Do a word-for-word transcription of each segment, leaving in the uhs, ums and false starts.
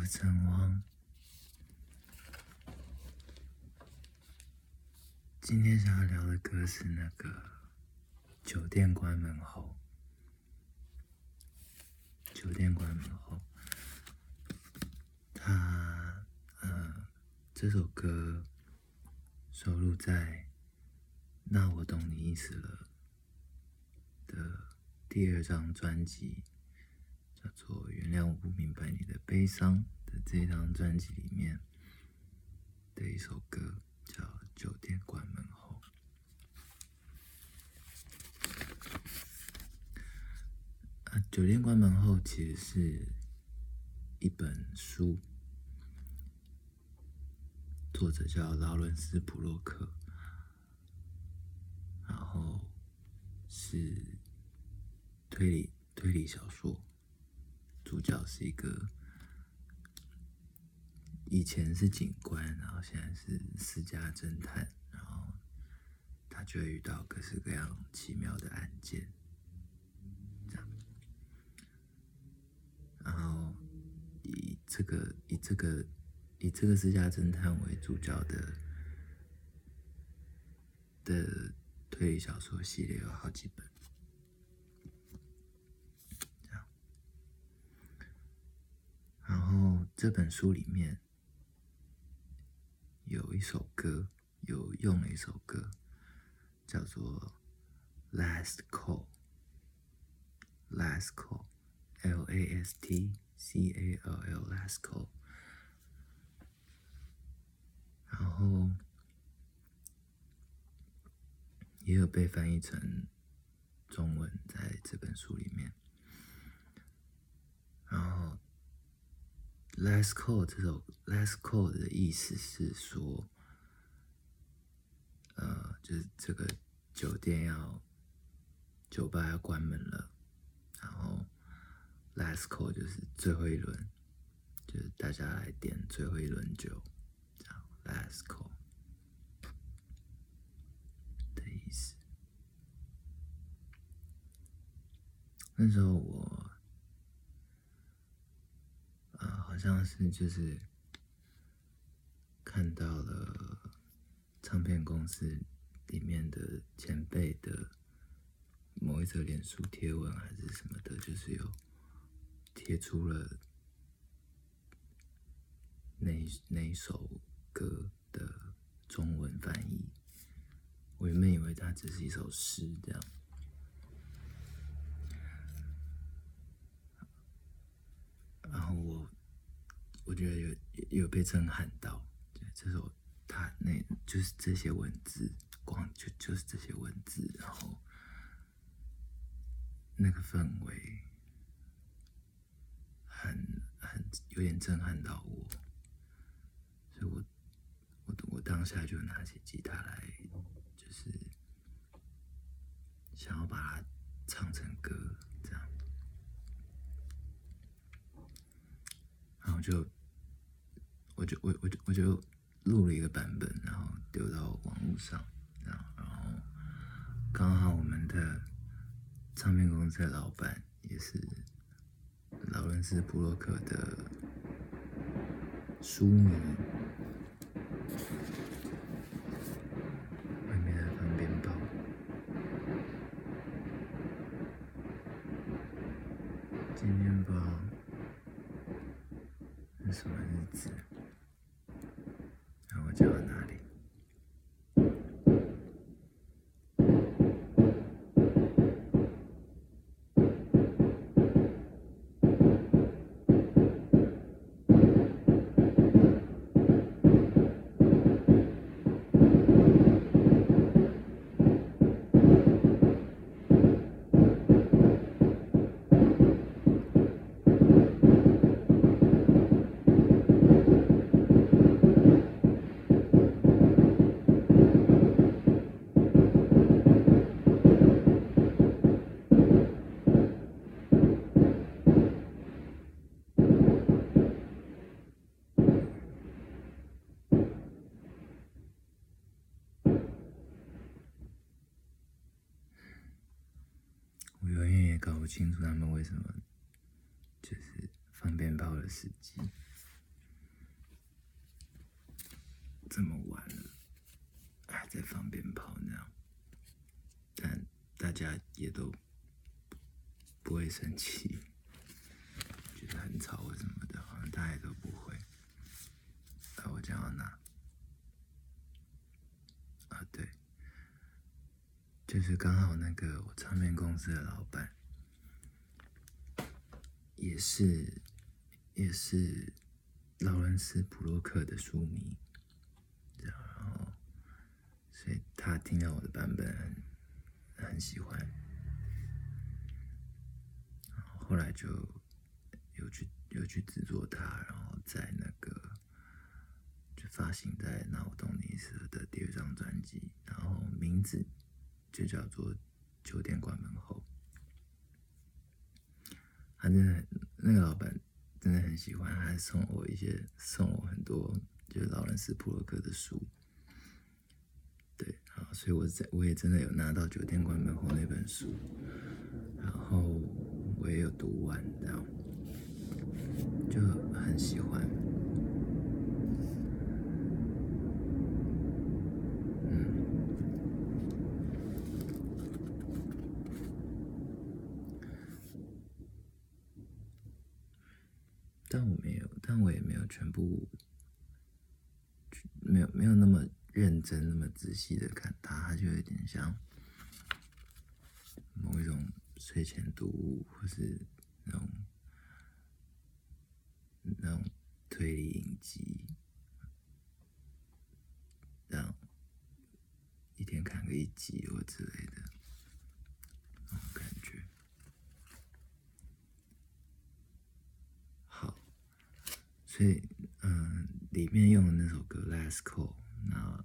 是陈汪。今天想要聊的歌是那个酒店关门后。酒店关门后，他呃这首歌收录在《那我懂你意思了》的第二张专辑，叫做《原谅我不明白你的悲伤》的这张专辑里面的一首歌，叫《酒店关门后》。啊，酒店关门后其实是一本书，作者叫劳伦斯·普洛克，然后是推理推理小说，主角是一个以前是警官，然后现在是私家侦探，然后他就会遇到各式各样奇妙的案件，这样，然后以这个以这个以这个私家侦探为主角的的推理小说系列有好几本，这样，然后这本书里面有一首歌，有用了一首歌，叫做 Last Call。Last Call，L A S T C A L L，Last Call。然后也有被翻译成中文在这本书里面。然后 Last Call 这首 Last Call 的意思是说，呃，就是这个酒店要酒吧要关门了，然后 Last Call 就是最后一轮，就是大家来点最后一轮酒，这样 Last Call 的意思。那时候我，呃，好像是就是看到了唱片公司里面的前辈的某一则脸书贴文还是什么的，就是有贴出了那一那一首歌的中文翻译。我原本以为它只是一首诗这样，然后我我觉得有有被震撼到，这首它那就是这些文字，光就就是这些文字，然后那个氛围很很有点震撼到我，所以我我我当下就拿起吉他来，就是想要把它唱成歌这样，然后就我就我我就我就录了一个版本，然后丢到网络上，这样，然后刚好我们的唱片公司的老板也是劳伦斯·普洛克的书迷，外面在放鞭炮。今天不知道是什么日子，然后我讲到哪里？我永远也搞不清楚他们为什么就是放鞭炮的时机， 这么晚了还在放鞭炮那样，但大家也都不会生气，觉得很吵或什么的，好像大家都不会。啊，我讲到哪？啊，对，就是刚好那个我唱片公司的老板，也是也是劳伦斯·普洛克的书迷，这样，然后所以他听到我的版本很很喜欢，然后后来就有去有去制作它，然后在那个就发行在《那我懂你意思了》的第二张专辑，然后名字就叫做《酒店关门后》。他真的那个老板真的很喜欢，他还送我一些送我很多就是劳伦斯·普洛克的书。对，啊，所以我在我也真的有拿到《酒店关门后》那本书，然后我也有读完，这样就很喜欢。嗯，但我没有，但我也没有全部，没有没有那么认真、那么仔细的看它，它就有点像某一种睡前读物，或是那种那种推理影集，这样一天看个一集或之类的那种感觉。好，所以嗯、呃，里面用的那首歌《Last Call》，那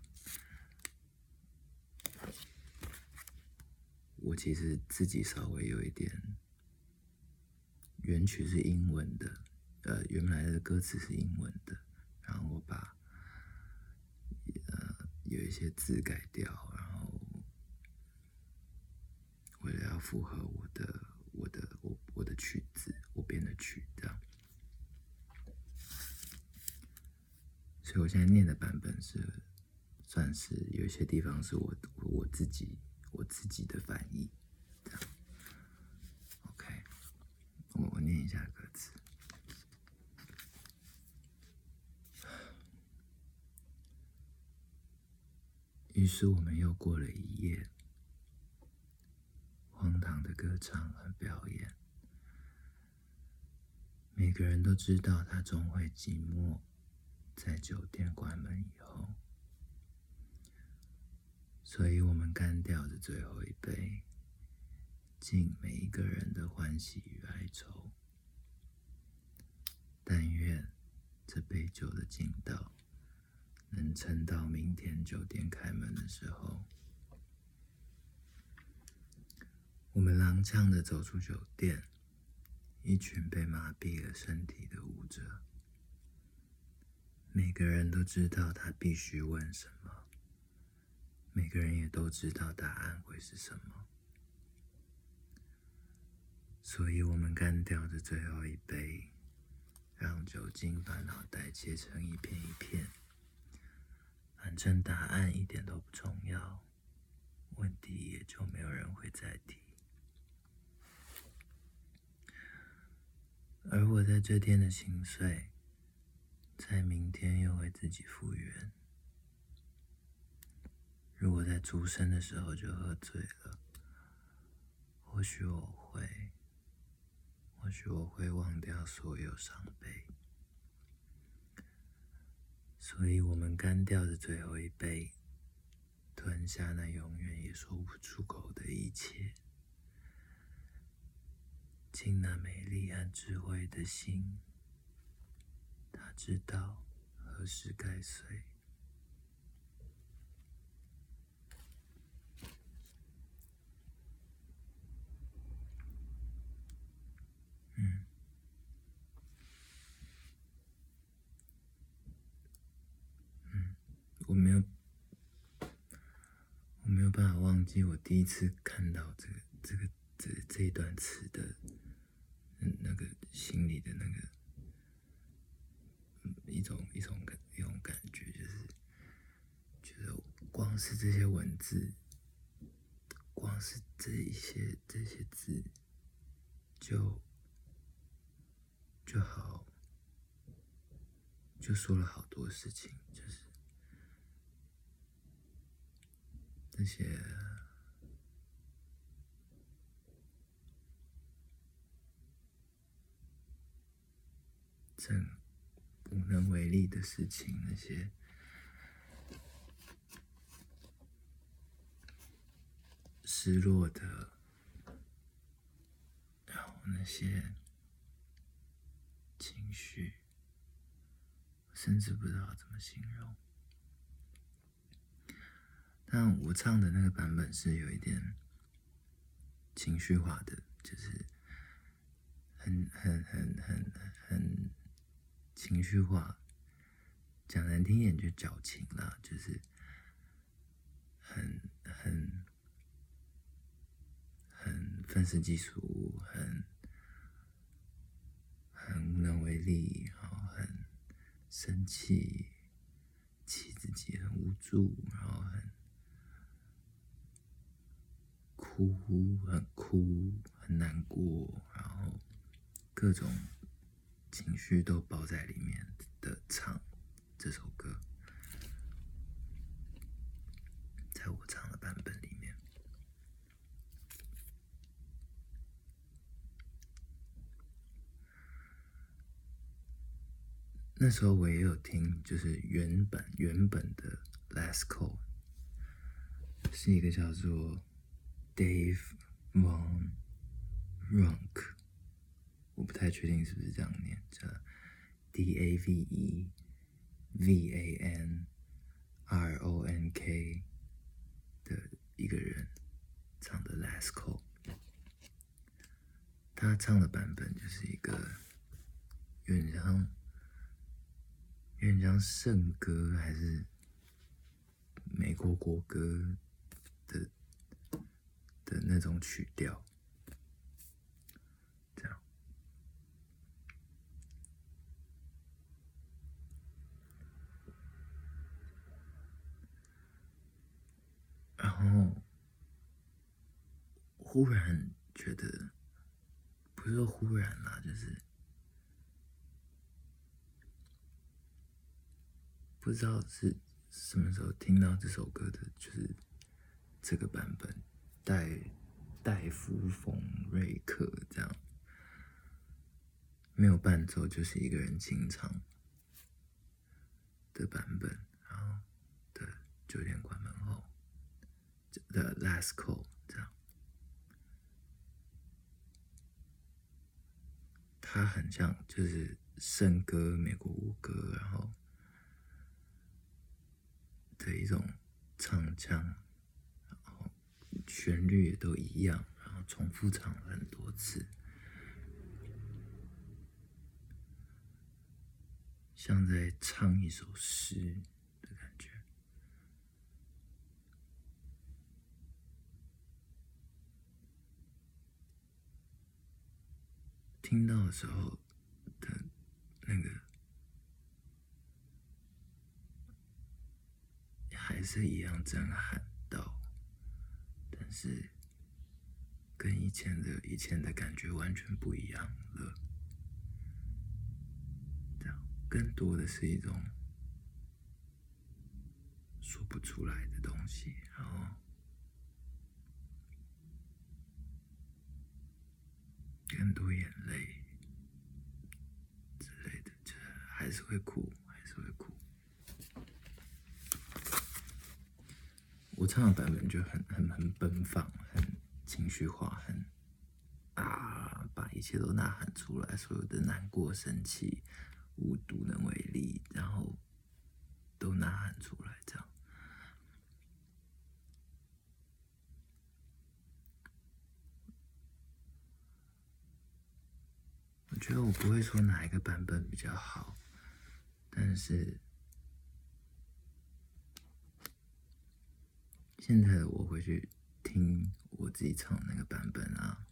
我其实自己稍微有一点，原曲是英文的，呃，原来的歌词是英文的，然后我把呃有一些字改掉，然后为了要符合我的我的我我的曲子，我编的曲这样，所以我现在念的版本是算是有一些地方是我我自己我自己的翻译，这样 ，OK， 我我念一下歌词。于是我们又过了一夜，荒唐的歌唱和表演。每个人都知道他终会寂寞，在酒店关门以后，所以我们干掉着最后一杯，敬每一个人的欢喜与哀愁。但愿这杯酒的劲道能撑到明天酒店开门的时候。我们踉跄地走出酒店，一群被麻痹了身体的舞者。每个人都知道他必须问什么，每个人也都知道答案会是什么。所以我们干掉着最后一杯，让酒精把脑袋切成一片一片。反正答案一点都不重要，问题也就没有人会再提。而我在这天的心碎，在明天又会自己复原。如果在出生的时候就喝醉了，或许我会，或许我会忘掉所有伤悲。所以我们干掉的最后一杯，吞下那永远也说不出口的一切，敬那美丽和智慧的心，他知道何时该碎。嗯，嗯，我没有，我没有办法忘记我第一次看到这个这个这这一段词的，嗯，那个心里的那个，嗯，一种一种感一种感觉，就是是这些文字，光是这一些这些字，就就好，就说了好多事情，就是那些正无能为力的事情，那些失落的，然后那些情绪，甚至不知道怎么形容。但我唱的那个版本是有一点情绪化的，就是很很很很很情绪化，讲难听点就矫情啦，就是很很很愤世嫉俗，很很无能为力，然后很生气，气自己很无助，然后很哭，很哭，很难过，然后各种情绪都包在里面的唱这首歌，在我唱的版本里面。那时候我也有听，就是原版原本的 Last Call， 是一个叫做 Dave Von Ronk， 我不太确定是不是这样念，叫 D A V E V A N R O N K 的一个人唱的 Last Call， 他唱的版本就是一个有点像有点像圣歌还是美国国歌的的那种曲调，这样。然后忽然觉得，不是说忽然啦，就是不知道是什么时候听到这首歌的，就是这个版本，戴戴夫冯瑞克这样，没有伴奏，就是一个人清唱的版本，然后的酒店关门后的 Last Call 这样，它很像就是圣歌、美国舞歌，然后的一种唱腔，然后旋律也都一样，然后重复唱了很多次，像在唱一首诗的感觉。听到的时候的那个还是一样震撼到，但是跟以前的以前的感觉完全不一样了。这样更多的是一种说不出来的东西，然后更多眼泪之类的，就还是会哭，还是会哭。我唱的版本就很很很奔放，很情绪化，很啊，把一切都呐喊出来，所有的难过、生气、无独能为力，然后都呐喊出来，这样。我觉得我不会说哪一个版本比较好，但是现在我回去听我自己唱的那个版本啊，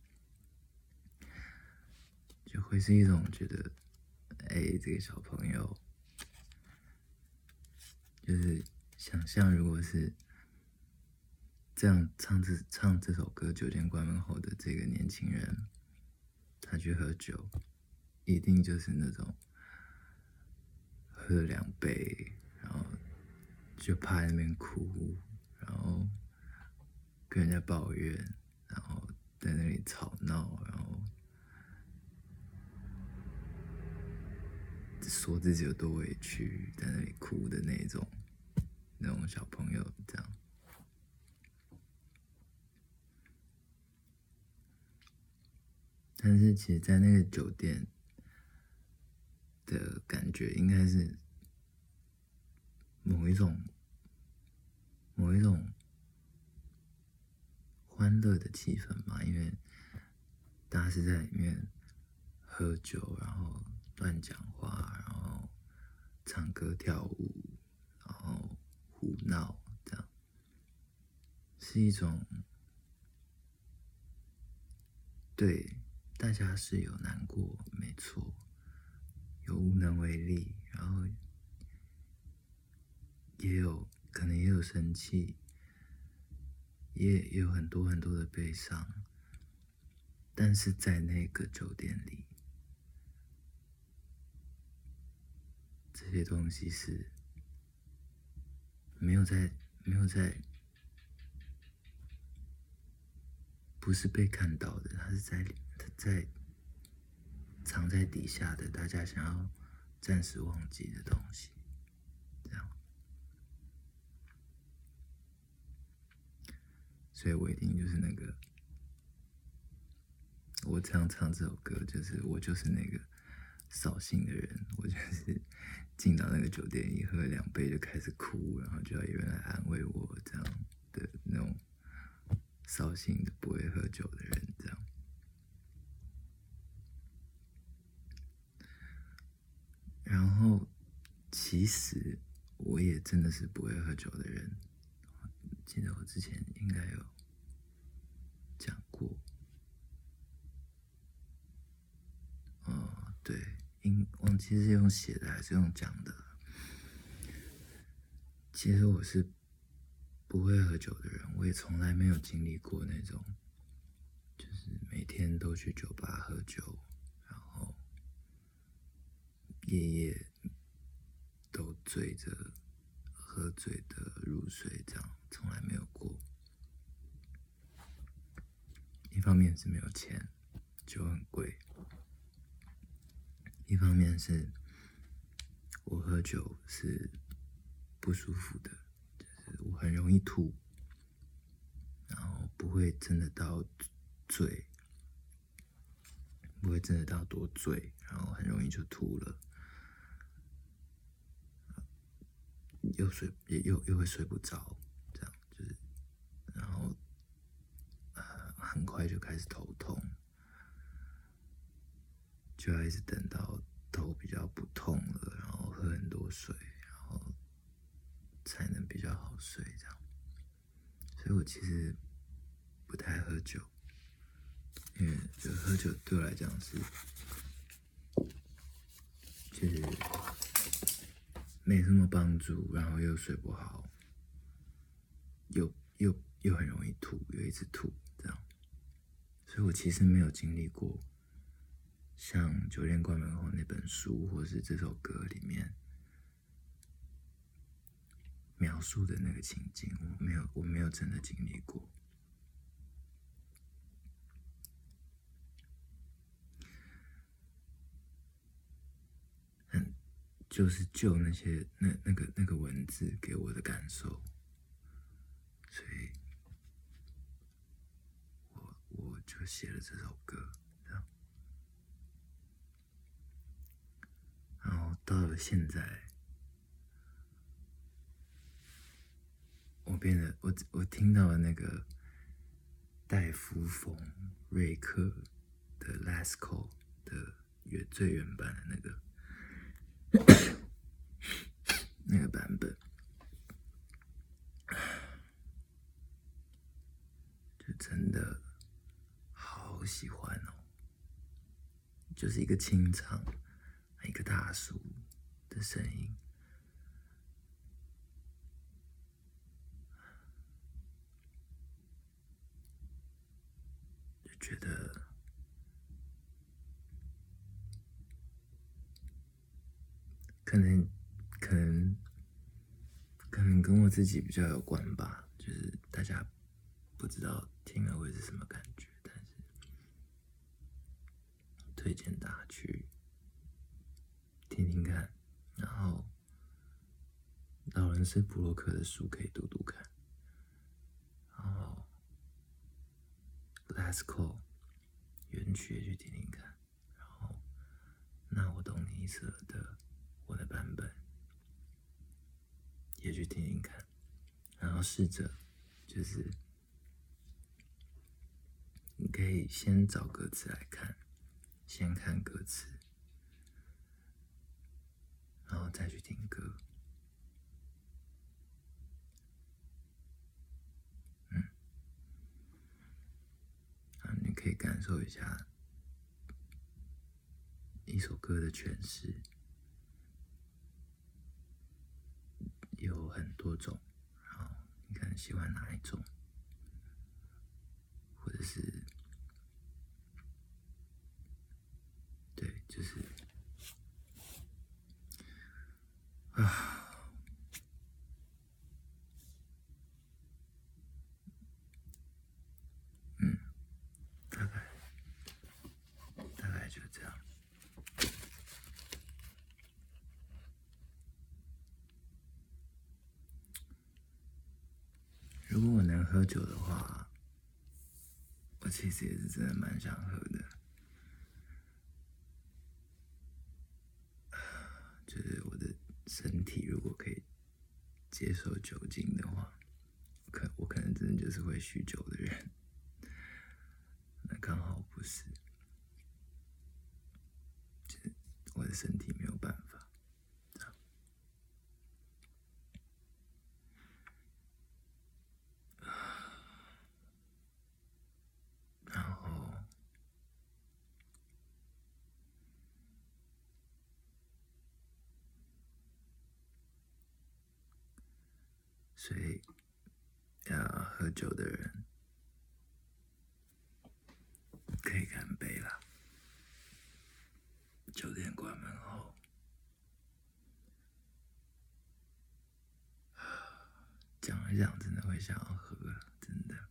就会是一种觉得，哎、欸，这个小朋友，就是想象如果是这样唱这唱这首歌《酒店关门后》的这个年轻人，他去喝酒，一定就是那种喝了两杯，然后就趴在那边哭，然后跟人家抱怨，然后在那里吵闹，然后说自己有多委屈，在那里哭的那种那种小朋友这样。但是其实，在那个酒店的感觉，应该是某一种某一种欢乐的气氛嘛，因为大家是在里面喝酒，然后乱讲话，然后唱歌跳舞，然后胡闹，这样是一种对大家是有难过，没错，有无能为力，然后也有可能也有生气，也也有很多很多的悲伤，但是在那个酒店里，这些东西是没有在没有在，不是被看到的，它是在它在藏在底下的，大家想要暂时忘记的东西，这样。所以我一定就是那个，我这样唱这首歌，就是我就是那个扫兴的人，我就是进到那个酒店一喝两杯就开始哭，然后就要有人来安慰我，这样的那种扫兴的不会喝酒的人，这样。然后其实我也真的是不会喝酒的人，记得我之前应该有讲过，哦，对，应忘记是用写的还是用讲的。其实我是不会喝酒的人，我也从来没有经历过那种，就是每天都去酒吧喝酒，然后夜夜都醉着、喝醉的入睡，这样从来没有过。一方面是没有钱，酒很贵；一方面是我喝酒是不舒服的，就是我很容易吐，然后不会真的到醉，不会真的到多醉，然后很容易就吐了，又睡也又又会睡不着，这样就是，然后呃很快就开始头痛，就要一直等到头比较不痛了，然后喝很多水，然后才能比较好睡这样。所以我其实不太喝酒，因为就喝酒对我来讲是，就是没什么帮助，然后又睡不好，又又又很容易吐，又一直吐这样。所以我其实没有经历过像《酒店关门后》那本书，或是这首歌里面描述的那个情境，我没有，我没有真的经历过。嗯，就是就那些那那个那个文字给我的感受，所以我我就写了这首歌，这样。然后到了现在，我变得我我听到了那个戴夫冯瑞克的《Last Call》的原最原版的那个那个版本，就真的好喜欢哦，就是一个清唱，一个大叔的声音。 觉得可能可能可能跟我自己比较有关吧，就是大家不知道听了会是什么感觉，但是推荐大家去听听看，然后劳伦斯·布洛克的书可以读读看，然后 Last Call 原曲也去听听看，然后那我懂你意思了的我的版本也去听听看，然后试着就是你可以先找歌词来看，先看歌词，然后再去听歌。嗯，啊，你可以感受一下一首歌的诠释有很多种，然后你可能喜欢哪一种，或者是对，就是啊。嗯，大概大概就这样。如果我能喝酒的话，我其实也是真的蛮想喝的。就是我的身体如果可以接受酒精的话，可我可能真的就是会酗酒的人。那刚好不是，就是我的身体没有办法。然后，所以要喝酒的人可以干杯啦。酒店关门后，讲一讲真的会想要喝，真的。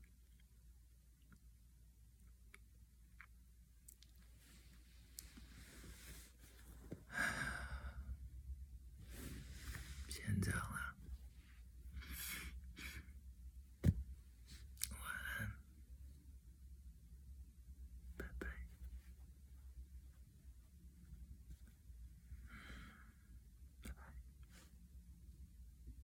先这样啦。